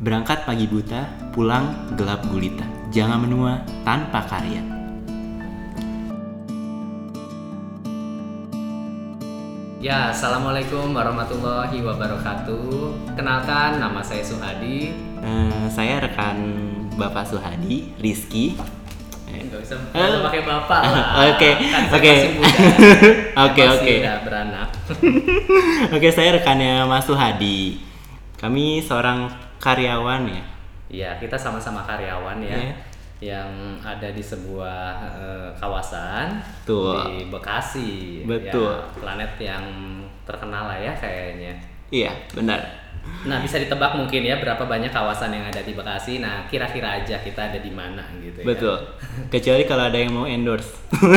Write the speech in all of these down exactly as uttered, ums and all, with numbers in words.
Berangkat pagi buta, pulang gelap gulita. Jangan menua tanpa karya. Ya, assalamualaikum warahmatullahi wabarakatuh. Kenalkan, nama saya Suhadi. Uh, saya rekan Bapak Suhadi, Rizky. Enggak usah uh, pakai bapak lah. Oke, oke, oke, oke. Udah beranak. Oke, saya rekannya Mas Suhadi. Kami seorang karyawan ya. Iya, kita sama-sama karyawan ya. Yeah. Yang ada di sebuah uh, kawasan Betul. Di Bekasi. Betul. Ya, planet yang terkenal lah ya kayaknya. Iya, benar. Nah, bisa ditebak mungkin ya berapa banyak kawasan yang ada di Bekasi. Nah, kira-kira aja kita ada di mana gitu ya. Betul. Kecuali kalau ada yang mau endorse.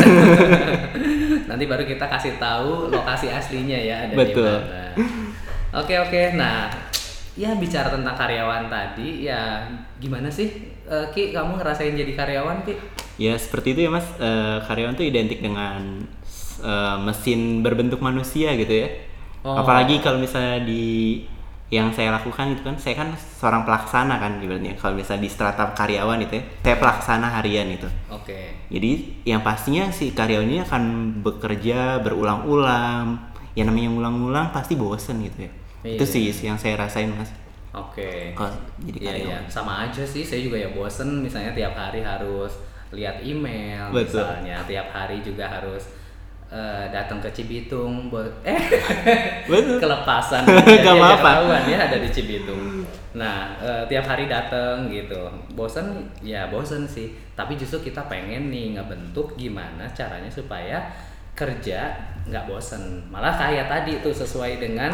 Nanti baru kita kasih tahu lokasi aslinya ya ada Betul. di mana. Oke, oke. Nah, ya bicara tentang karyawan tadi, ya gimana sih uh, Ki, kamu ngerasain jadi karyawan Ki? Ya seperti itu ya Mas, uh, karyawan tuh identik dengan uh, mesin berbentuk manusia gitu ya. Oh. Apalagi kalau misalnya di yang saya lakukan itu kan, saya kan seorang pelaksana kan ibaratnya. Kalau misalnya di strata karyawan itu ya, saya pelaksana harian itu. Oke. Okay. Jadi yang pastinya si karyawan ini akan bekerja berulang-ulang. Yang namanya ulang-ulang pasti bosen gitu ya. Iya. Itu sih yang saya rasain Mas. Oke. Kalau jadi karyawan. Iya, iya. Sama aja sih, saya juga ya bosen. Misalnya tiap hari harus lihat email. Betul. Misalnya tiap hari juga harus uh, datang ke Cibitung buat eh Betul. Kelepasan. Gak apa-apa. Ya ada di Cibitung. Nah, uh, tiap hari datang gitu. Bosen? Ya bosen sih. Tapi justru kita pengen nih ngebentuk gimana caranya supaya kerja nggak bosen, malah kayak tadi tuh sesuai dengan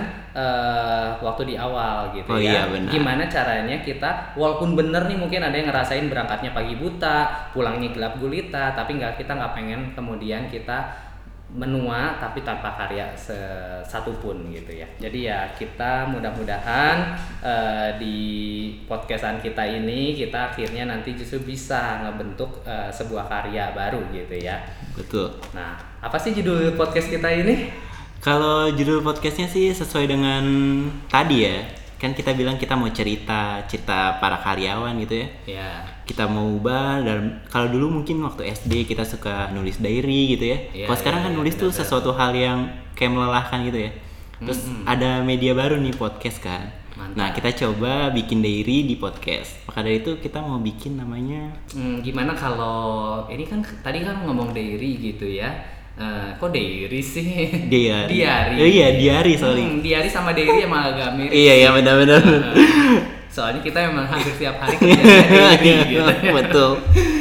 uh, waktu di awal gitu. Oh, ya. Iya, benar. Gimana caranya kita, walaupun bener nih mungkin ada yang ngerasain berangkatnya pagi buta, pulangnya gelap gulita, tapi nggak kita nggak pengen kemudian kita menua tapi tanpa karya satupun gitu ya. Jadi ya kita mudah-mudahan uh, di podcastan kita ini kita akhirnya nanti justru bisa ngebentuk uh, sebuah karya baru gitu ya. Betul. Nah, apa sih judul podcast kita ini? Kalau judul podcastnya sih sesuai dengan tadi ya, kan kita bilang kita mau cerita cerita para karyawan gitu ya. Ya. Kita mau ubah, dan kalau dulu mungkin waktu S D kita suka nulis diary gitu ya. Ya kalau sekarang kan ya, nulis ya, tuh bener, sesuatu hal yang kayak melelahkan gitu ya. Terus mm-hmm. ada media baru nih, podcast kan. Mantap. Nah kita coba bikin diary di podcast. Maka dari itu kita mau bikin namanya hmm, gimana kalau ini kan tadi kan ngomong diary gitu ya. Uh, kok diary sih? Diary. Diary. Oh iya, diary sorry. Hmm, diary sama diary emang agak mirip. Iya iya benar-benar. Uh, soalnya kita memang hampir tiap hari kerja diary gitu. Betul.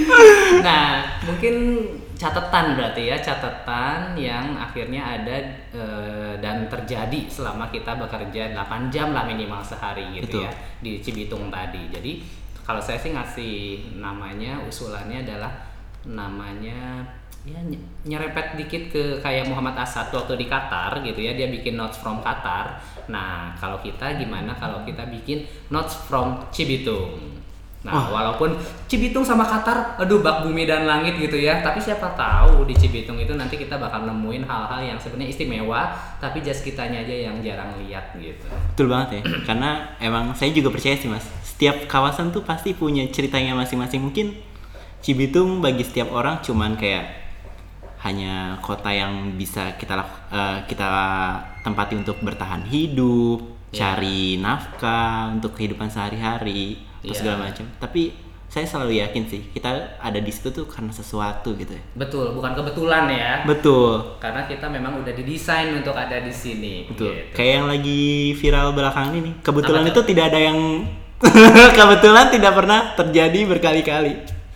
Nah, mungkin catatan berarti ya, catatan yang akhirnya ada e, dan terjadi selama kita bekerja delapan jam lah minimal sehari gitu. Betul. Ya di Cibitung tadi. Jadi kalau saya sih ngasih namanya, usulannya adalah namanya ya nyerempet dikit ke kayak Muhammad Asad waktu di Qatar gitu ya, dia bikin Notes from Qatar. Nah kalau kita gimana kalau kita bikin Notes from Cibitung. Nah, oh. walaupun Cibitung sama Qatar, aduh bak bumi dan langit gitu ya. Tapi siapa tahu di Cibitung itu nanti kita bakal nemuin hal-hal yang sebenarnya istimewa, tapi just kitanya aja yang jarang lihat gitu. Betul banget ya. Karena emang saya juga percaya sih Mas, setiap kawasan tuh pasti punya ceritanya masing-masing. Mungkin Cibitung bagi setiap orang cuman kayak hanya kota yang bisa kita uh, kita tempati untuk bertahan hidup, yeah. cari nafkah untuk kehidupan sehari-hari. Terus yeah. segala macam. Tapi saya selalu yakin sih kita ada di situ tuh karena sesuatu gitu ya. Betul, bukan kebetulan ya. Betul. Karena kita memang udah didesain untuk ada di sini. Betul. Gitu. Kayak yang lagi viral belakangan ini. Kebetulan itu tidak ada yang kebetulan tidak pernah terjadi berkali-kali.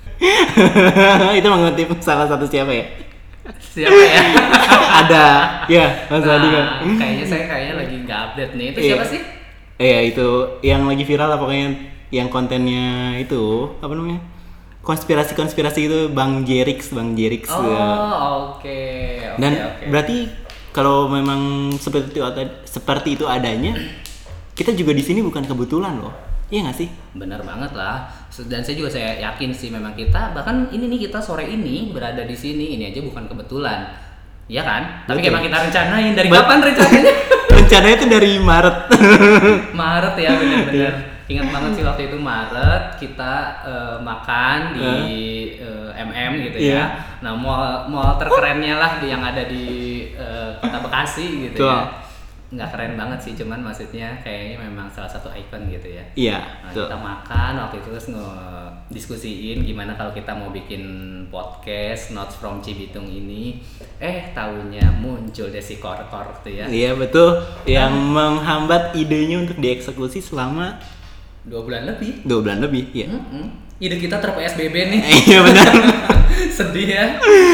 Itu mengutip salah satu siapa ya? Siapa ya? Ada. Ya, Mas Adi kan. Kayaknya saya kayaknya lagi nggak update nih. Itu iya. siapa sih? Iya, itu yang lagi viral lah pokoknya. Yang kontennya itu apa namanya, konspirasi-konspirasi itu Bang Jerix, Bang Jerix. Oh ya. oke. Okay. Okay, Dan okay. berarti kalau memang seperti itu seperti itu adanya, kita juga di sini bukan kebetulan loh, iya nggak sih? Benar banget lah. Dan saya juga saya yakin sih memang kita bahkan ini nih kita sore ini berada di sini ini aja bukan kebetulan. Iya kan? Tapi Betul. memang kita rencanain dari Bet- kapan rencananya? Rencananya itu dari Maret. Maret ya benar-benar. Ingat banget sih waktu itu Maret kita uh, makan di uh, M M gitu yeah. ya. Nah mall mall terkerennya lah yang ada di uh, Kota Bekasi gitu. Tuh. Ya. Nggak keren banget sih, cuman maksudnya kayaknya memang salah satu ikon gitu ya. Iya. Nah, kita makan waktu itu terus ngediskusiin gimana kalau kita mau bikin podcast Notes from Cibitung ini. Eh tahunya muncul deh si Kor-Kor tuh ya. Iya betul. Yang nah. menghambat idenya untuk dieksekusi selama dua bulan lebih. Dua bulan lebih, iya. Mm-hmm. Ide kita ter-P S B B nih. Iya benar. Sedih ya.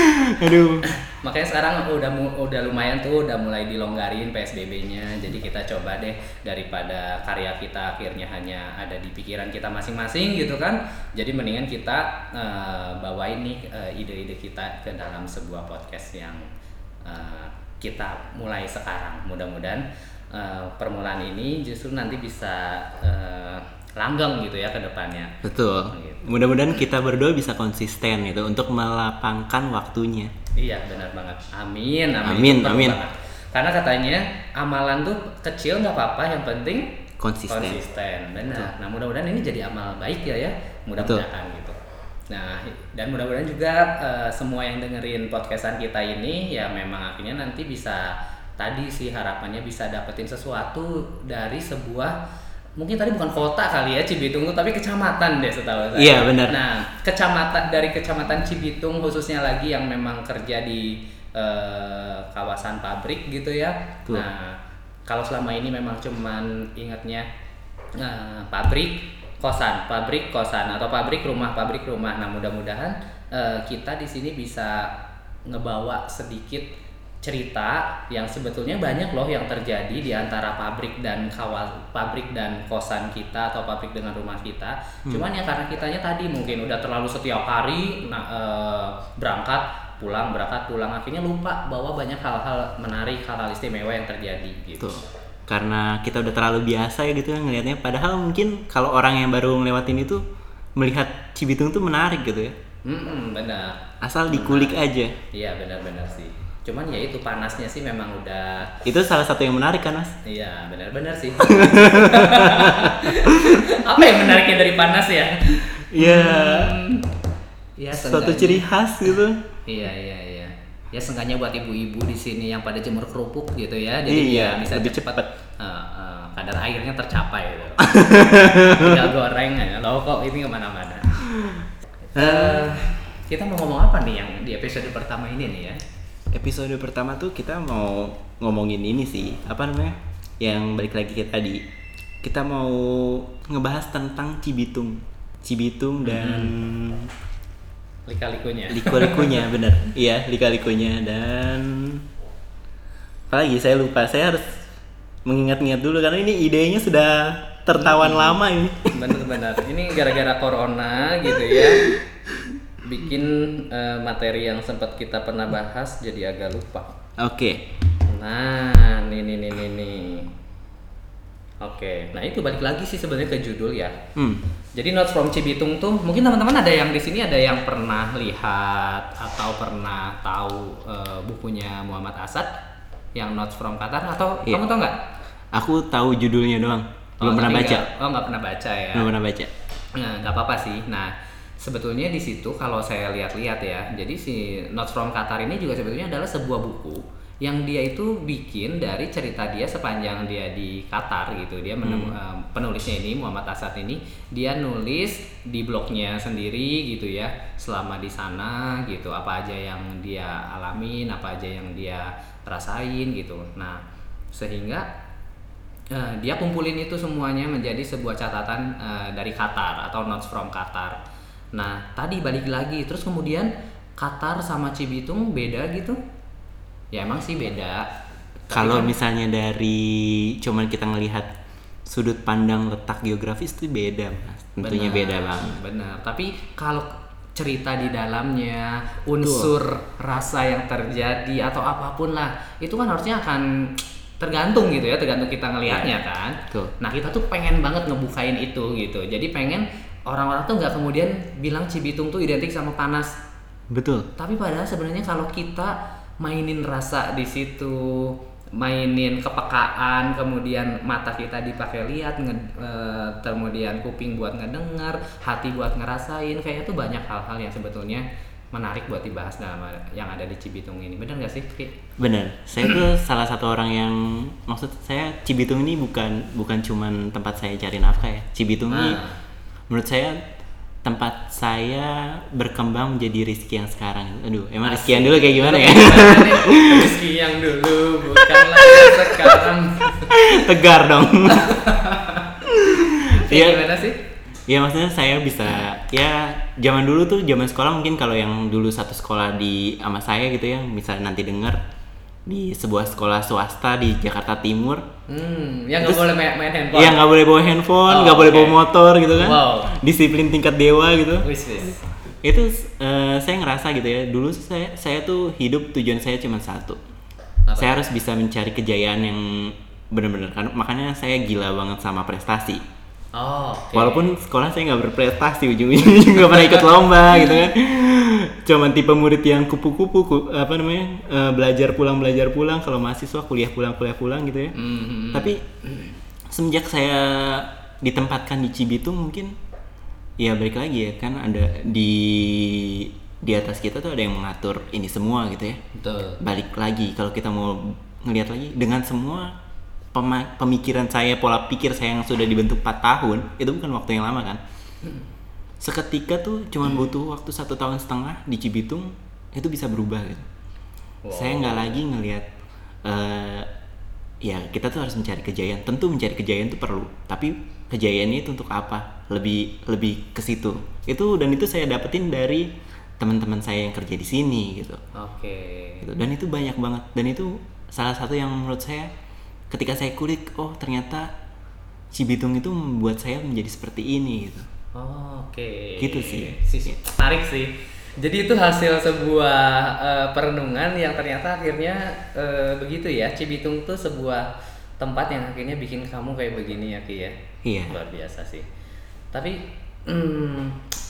Aduh. Makanya sekarang udah udah lumayan tuh, udah mulai dilonggarin P S B B-nya. Jadi kita coba deh, daripada karya kita akhirnya hanya ada di pikiran kita masing-masing gitu kan. Jadi mendingan kita uh, bawain nih uh, ide-ide kita ke dalam sebuah podcast yang uh, kita mulai sekarang. Mudah-mudahan uh, permulaan ini justru nanti bisa uh, langgeng gitu ya ke depannya. Betul. Gitu. Mudah-mudahan kita berdua bisa konsisten gitu untuk melapangkan waktunya. Iya benar banget. Amin. Amin. Amin. amin. Karena katanya amalan tuh kecil nggak apa-apa, yang penting konsisten. Konsisten. Benar. Nah mudah-mudahan ini jadi amal baik ya ya. Mudah-mudahan gitu. Nah dan mudah-mudahan juga uh, semua yang dengerin podcastan kita ini ya memang akhirnya nanti bisa tadi sih harapannya bisa dapetin sesuatu dari sebuah, mungkin tadi bukan kota kali ya Cibitung tuh, tapi kecamatan deh setahu saya. Iya benar. Nah kecamatan dari kecamatan Cibitung khususnya lagi yang memang kerja di uh, kawasan pabrik gitu ya. Tuh. Nah kalau selama ini memang cuman ingatnya uh, pabrik kosan, pabrik kosan atau pabrik rumah, pabrik rumah. Nah mudah-mudahan uh, kita di sini bisa ngebawa sedikit cerita yang sebetulnya banyak loh yang terjadi di antara pabrik dan kawas pabrik dan kosan kita atau pabrik dengan rumah kita. Hmm. Cuman ya karena kitanya tadi mungkin udah terlalu setiap hari nah, e, berangkat pulang berangkat pulang akhirnya lupa bahwa banyak hal-hal menarik, hal-hal istimewa yang terjadi gitu. Tuh. Karena kita udah terlalu biasa ya gitu kan ngelihatnya, padahal mungkin kalau orang yang baru ngelewatin itu melihat Cibitung tuh menarik gitu ya. Hmm, benar. Asal dikulik benar. aja. Iya benar-benar sih. Cuman ya itu panasnya sih memang udah. Itu salah satu yang menarik kan mas? Iya benar-benar sih. Apa yang menariknya dari panas ya? Iya. Hmm, ya suatu ciri khas gitu. Iya iya iya. Ya seenggaknya buat ibu-ibu di sini yang pada jemur kerupuk gitu ya. Jadi iya, ya bisa lebih cepat. cepat. Uh, uh, kadar airnya tercapai gitu. Tinggal goreng aja. Loh kok ini kemana-mana. Uh, kita mau ngomong apa nih yang di episode pertama ini nih ya? Episode pertama tuh kita mau ngomongin ini sih, apa namanya? Yang balik lagi ke tadi. Kita mau ngebahas tentang Cibitung. Cibitung dan hmm. lika-likunya. Liku-likunya bener. Iya, lika-likunya dan apalagi saya lupa. Saya harus mengingat-ingat dulu karena ini idenya sudah tertawan hmm. lama ini. Bener-bener. Ini gara-gara corona gitu ya. Bikin uh, materi yang sempat kita pernah bahas jadi agak lupa. Oke. Okay. Nah, nih nih nih nih nih. Oke. Okay. Nah, itu balik lagi sih sebenarnya ke judul ya. Hmm. Jadi Notes from Cibitung tuh mungkin teman-teman ada yang di sini ada yang pernah lihat atau pernah tahu uh, bukunya Muhammad Asad yang Notes from Qatar atau yeah. kamu tahu nggak? Aku tahu judulnya doang. Belum oh, pernah baca. Gak, oh, nggak pernah baca ya. Belum pernah baca. Nah, nggak apa-apa sih. Nah, sebetulnya di situ kalau saya lihat-lihat ya, jadi si Notes from Qatar ini juga sebetulnya adalah sebuah buku yang dia itu bikin dari cerita dia sepanjang dia di Qatar gitu. Dia menem, hmm. uh, penulisnya ini Muhammad Asad ini dia nulis di blognya sendiri gitu ya, selama di sana gitu, apa aja yang dia alamin, apa aja yang dia rasain gitu. Nah, sehingga uh, dia kumpulin itu semuanya menjadi sebuah catatan uh, dari Qatar atau Notes from Qatar. Nah, tadi balik lagi, terus kemudian Qatar sama Cibitung beda gitu? Ya emang sih beda. Kalau kan, misalnya dari cuman kita ngelihat sudut pandang letak geografis itu beda, mas. Tentunya bener, beda banget. Benar. Tapi kalau cerita di dalamnya, unsur Tuh. rasa yang terjadi atau apapun lah, itu kan harusnya akan tergantung gitu ya, tergantung kita ngelihatnya kan. Tuh. Nah, kita tuh pengen banget ngebukain itu gitu. Jadi pengen orang-orang tuh nggak kemudian bilang Cibitung tuh identik sama panas. Betul. Tapi padahal sebenarnya kalau kita mainin rasa di situ, mainin kepekaan, kemudian mata kita dipakai lihat, nge- eh, kemudian kuping buat ngedenger, hati buat ngerasain, kayaknya tuh banyak hal-hal yang sebetulnya menarik buat dibahas dalam yang ada di Cibitung ini. Bener nggak sih, Ki? Bener, saya tuh salah satu orang yang, maksud saya Cibitung ini bukan bukan cuman tempat saya cari nafkah ya. Cibitung ini Ah. menurut saya tempat saya berkembang menjadi Rizky yang sekarang. Aduh, emang Rizky yang dulu kayak gimana ya? Rizky yang dulu bukanlah yang sekarang. Tegar dong. Kayak Iya. gimana sih? Ya maksudnya saya bisa, ya zaman dulu tuh zaman sekolah mungkin kalau yang dulu satu sekolah di sama saya gitu ya, misalnya nanti dengar di sebuah sekolah swasta di Jakarta Timur. Hmm, yang nggak Terus- boleh main, main handphone. Iya nggak boleh bawa handphone, Oh, nggak boleh oke. bawa motor gitu kan. Wow. Disiplin tingkat dewa gitu. Wis wis. Itu eh, saya ngerasa gitu ya. Dulu saya saya tuh hidup tujuan saya cuma satu. Apa? Saya harus bisa mencari kejayaan yang benar-benar kan. Makanya saya gila banget sama prestasi. Oh, oke. Walaupun sekolah saya nggak berprestasi, ujung-ujungnya nggak pernah ikut lomba gitu kan. Cuman tipe murid yang kupu-kupu, ku- apa namanya, eh, belajar pulang belajar pulang, kalau mahasiswa kuliah pulang kuliah pulang gitu ya. Hmm. Tapi semenjak saya ditempatkan di Cibitung mungkin ya balik lagi ya kan, ada di di atas kita tuh ada yang mengatur ini semua gitu ya. Betul. Balik lagi kalau kita mau ngelihat lagi dengan semua pema- pemikiran saya, pola pikir saya yang sudah dibentuk empat tahun, itu bukan waktu yang lama kan. Seketika tuh cuman butuh waktu satu tahun setengah di Cibitung itu bisa berubah gitu. Wow. Saya nggak lagi ngelihat eh, ya kita tuh harus mencari kejayaan. Tentu mencari kejayaan itu perlu, tapi kejayaannya itu untuk apa? Lebih lebih ke situ. Itu dan itu saya dapetin dari teman-teman saya yang kerja di sini gitu. Oke. Gitu. Dan itu banyak banget, dan itu salah satu yang menurut saya ketika saya kulik, oh ternyata Cibitung itu membuat saya menjadi seperti ini gitu. Oh, oke. Gitu sih. Sih, menarik sih. Jadi itu hasil sebuah eh, perenungan yang ternyata akhirnya eh, begitu ya. Cibitung tuh sebuah tempat yang akhirnya bikin kamu kayak begini ya, Ki ya. Iya. Luar biasa sih. Tapi hmm,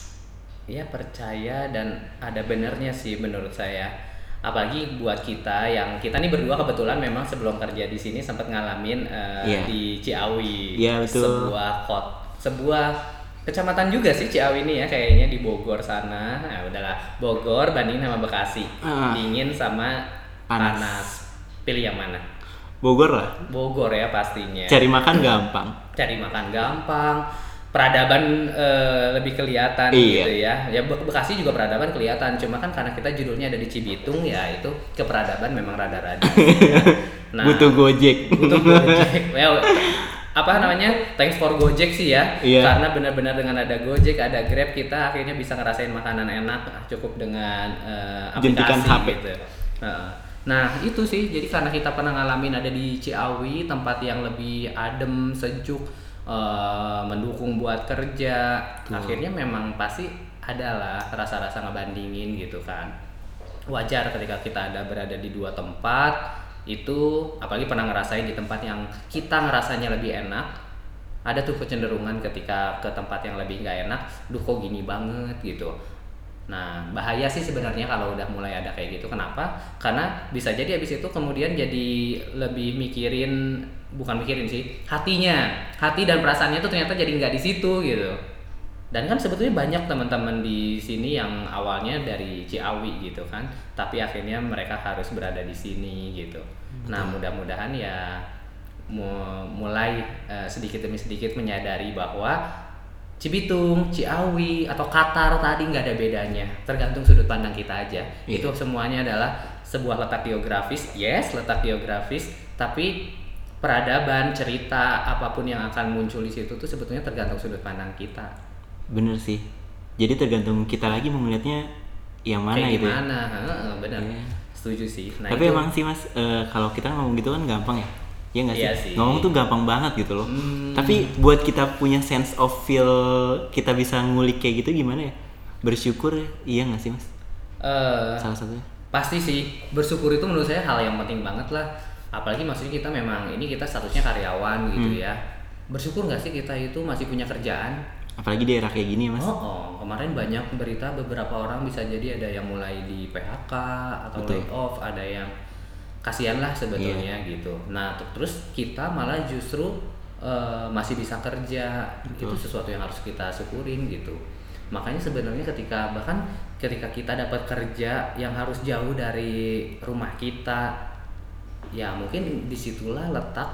ya percaya dan ada benernya sih menurut saya. Apalagi buat kita yang kita nih berdua kebetulan memang sebelum kerja di sini sempat ngalamin eh, Iya. di Ciawi. Iya, betul. Sebuah kot, sebuah kecamatan juga sih Ciawi ini ya, kayaknya di Bogor sana. Nah, udahlah Bogor bandingin sama Bekasi. Ah. Dingin sama Panas. panas. Pilih yang mana? Bogor lah. Bogor ya pastinya. Cari makan gampang. Cari makan gampang, peradaban eh, lebih kelihatan Iya. gitu ya. Ya Be- Bekasi juga peradaban kelihatan, cuma kan karena kita judulnya ada di Cibitung ya, itu keperadaban memang rada-rada. Nah, Butuh Gojek. butuh Gojek. Well, apa namanya? Thanks for Gojek sih ya. Iya. Karena benar-benar dengan ada Gojek, ada Grab, kita akhirnya bisa ngerasain makanan enak cukup dengan eh, Jentikan aplikasi H P. gitu. Heeh. Nah itu sih, jadi karena kita pernah ngalamin ada di Ciawi, tempat yang lebih adem, sejuk, eh, mendukung buat kerja. Betul. Akhirnya memang pasti adalah rasa-rasa ngebandingin gitu kan. Wajar ketika kita ada berada di dua tempat itu, apalagi pernah ngerasain di tempat yang kita ngerasanya lebih enak, ada tuh kecenderungan ketika ke tempat yang lebih nggak enak, duh kok gini banget gitu. Nah bahaya sih sebenarnya kalau udah mulai ada kayak gitu. Kenapa? Karena bisa jadi habis itu kemudian jadi lebih mikirin, bukan mikirin sih, hatinya, hati dan perasaannya tuh ternyata jadi nggak di situ gitu. Dan kan sebetulnya banyak teman-teman di sini yang awalnya dari Ciawi gitu kan, tapi akhirnya mereka harus berada di sini gitu. Nah mudah-mudahan ya mu- mulai eh, sedikit demi sedikit menyadari bahwa Cibitung, Ciawi, atau Qatar tadi nggak ada bedanya, tergantung sudut pandang kita aja. Iya. Itu semuanya adalah sebuah letak geografis, yes letak geografis, tapi peradaban, cerita, apapun yang akan muncul di situ tuh sebetulnya tergantung sudut pandang kita. Bener sih. Jadi tergantung kita lagi mau ngeliatnya yang mana Kayak gitu ya. gimana? Heeh, benar. Iya. Setuju sih. Nah, Tapi itu- emang sih mas, eh, kalau kita ngomong gitu kan gampang ya. Iya nggak sih? Iya sih. Ngomong tuh gampang banget gitu loh. Hmm. Tapi buat kita punya sense of feel, kita bisa ngulik kayak gitu gimana ya? Bersyukur, iya nggak sih mas? eh, Salah satunya. pasti sih, bersyukur itu menurut saya hal yang penting banget lah. Apalagi maksudnya kita memang ini kita statusnya karyawan gitu Hmm. ya. Bersyukur nggak sih kita itu masih punya kerjaan? Apalagi daerah kayak gini ya mas. Oh, oh, kemarin banyak berita beberapa orang bisa jadi ada yang mulai di P H K atau Betul. lay off, ada yang kasihan lah sebetulnya yeah. gitu. Nah terus kita malah justru uh, masih bisa kerja. Betul. Itu sesuatu yang harus kita syukurin gitu. Makanya sebenarnya ketika bahkan ketika kita dapat kerja yang harus jauh dari rumah kita, ya mungkin disitulah letak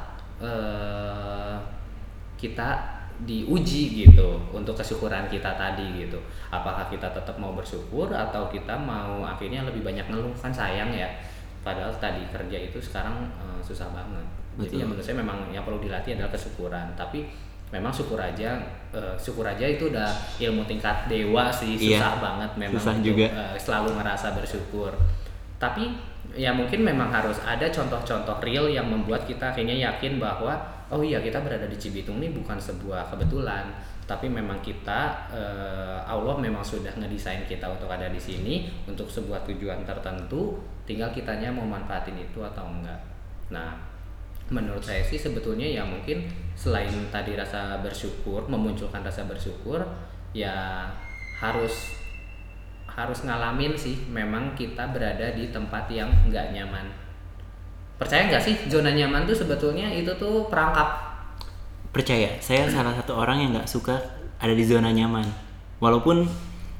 uh, kita diuji gitu untuk kesyukuran kita tadi gitu. Apakah kita tetap mau bersyukur atau kita mau akhirnya lebih banyak ngeluh, kan sayang ya. Padahal tadi kerja itu sekarang uh, susah banget. Betul. Jadi ya menurut saya memang yang perlu dilatih adalah kesyukuran. Tapi memang syukur aja, uh, syukur aja itu udah ilmu tingkat dewa sih, susah iya, banget memang susah untuk juga. Uh, selalu merasa bersyukur. Tapi ya mungkin memang harus ada contoh-contoh real yang membuat kita akhirnya yakin bahwa oh iya kita berada di Cibitung ini bukan sebuah kebetulan, tapi memang kita uh, Allah memang sudah ngedesain kita untuk ada di sini untuk sebuah tujuan tertentu, tinggal kitanya mau manfaatin itu atau enggak. Nah, menurut saya sih sebetulnya ya mungkin selain tadi rasa bersyukur, memunculkan rasa bersyukur, ya harus harus ngalamin sih memang kita berada di tempat yang enggak nyaman. Percaya nggak sih zona nyaman tuh sebetulnya itu tuh perangkap? Percaya, saya salah satu orang yang nggak suka ada di zona nyaman. Walaupun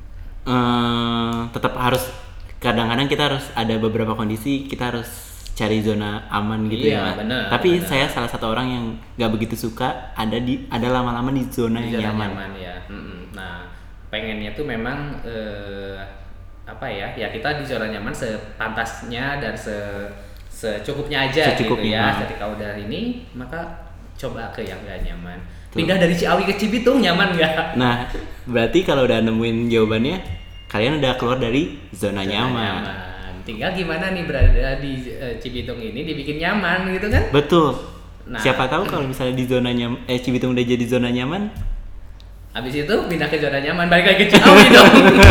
eh, tetap harus, kadang-kadang kita harus ada beberapa kondisi kita harus cari zona aman gitu iya, ya. Bener, Tapi bener. saya salah satu orang yang nggak begitu suka ada di ada lama-lama di zona di yang zona nyaman. nyaman ya. Nah, pengennya tuh memang eh, apa ya? Ya kita di zona nyaman sepantasnya dan se secukupnya aja Secukupnya. gitu ya. Ketika udah ini maka coba ke yang gak nyaman. Tuh. Pindah dari Ciawi ke Cibitung nyaman gak? Nah berarti kalau udah nemuin jawabannya, kalian udah keluar dari zona, zona nyaman. nyaman. Tinggal gimana nih berada di uh, Cibitung ini dibikin nyaman gitu kan? Betul. Nah, siapa tahu kalau misalnya di zona nyaman, eh Cibitung udah jadi zona nyaman, habis itu pindah ke zona nyaman, balik lagi ke Ciawi dong.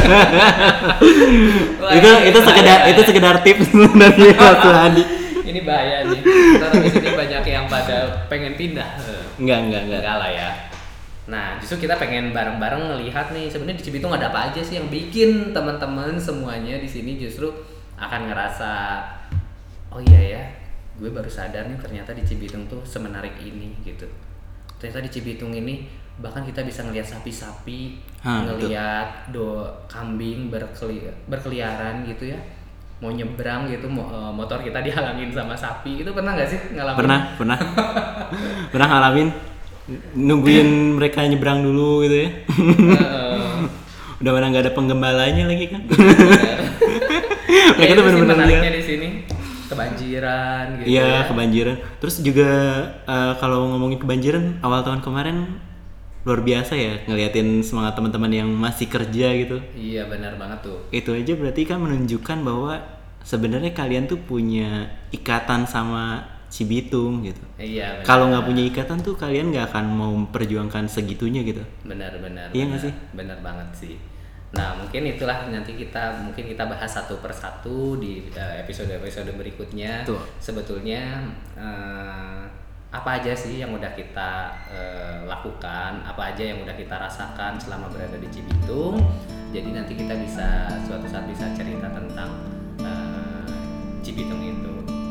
Wah, itu itu sekedar itu sekedar tips dari Mas Hadi. Ini bahaya nih. Ntar habis ini banyak yang pada pengen pindah. Enggak, enggak, enggak. Enggak lah ya. Nah, justru kita pengen bareng-bareng ngelihat nih sebenarnya di Cibitung ada apa aja sih yang bikin teman-teman semuanya di sini justru akan ngerasa oh iya ya, gue baru sadar nih ternyata di Cibitung tuh semenarik ini gitu. Ternyata di Cibitung ini bahkan kita bisa ngelihat sapi-sapi, ha, ngelihat do kambing berkeli, berkeliaran gitu ya. Mau nyebrang gitu, mo, motor kita dihalangin sama sapi, itu pernah nggak sih ngalamin? Pernah, pernah, pernah ngalamin, nungguin mereka nyebrang dulu gitu ya. Uh, Udah mana nggak ada penggembalanya lagi kan? Mereka ya, tuh benar-benar menariknya di sini kebanjiran gitu. Iya, ya. kebanjiran. Terus juga uh, kalau ngomongin kebanjiran, awal tahun kemarin luar biasa ya ngeliatin semangat teman-teman yang masih kerja gitu. Iya benar banget tuh. Itu aja berarti kan menunjukkan bahwa sebenarnya kalian tuh punya ikatan sama Cibitung gitu. Iya. Kalau nggak punya ikatan tuh kalian nggak akan mau memperjuangkan segitunya gitu. Benar-benar. Iya nggak sih? Benar banget sih. Nah mungkin itulah nanti kita mungkin kita bahas satu persatu di episode-episode berikutnya. Tuh. Sebetulnya. Uh, apa aja sih yang udah kita uh, lakukan, apa aja yang udah kita rasakan selama berada di Cibitung. Jadi nanti kita bisa suatu saat bisa cerita tentang uh, Cibitung itu.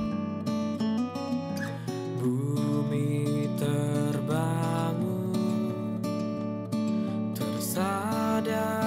Bumi terbangun tersadar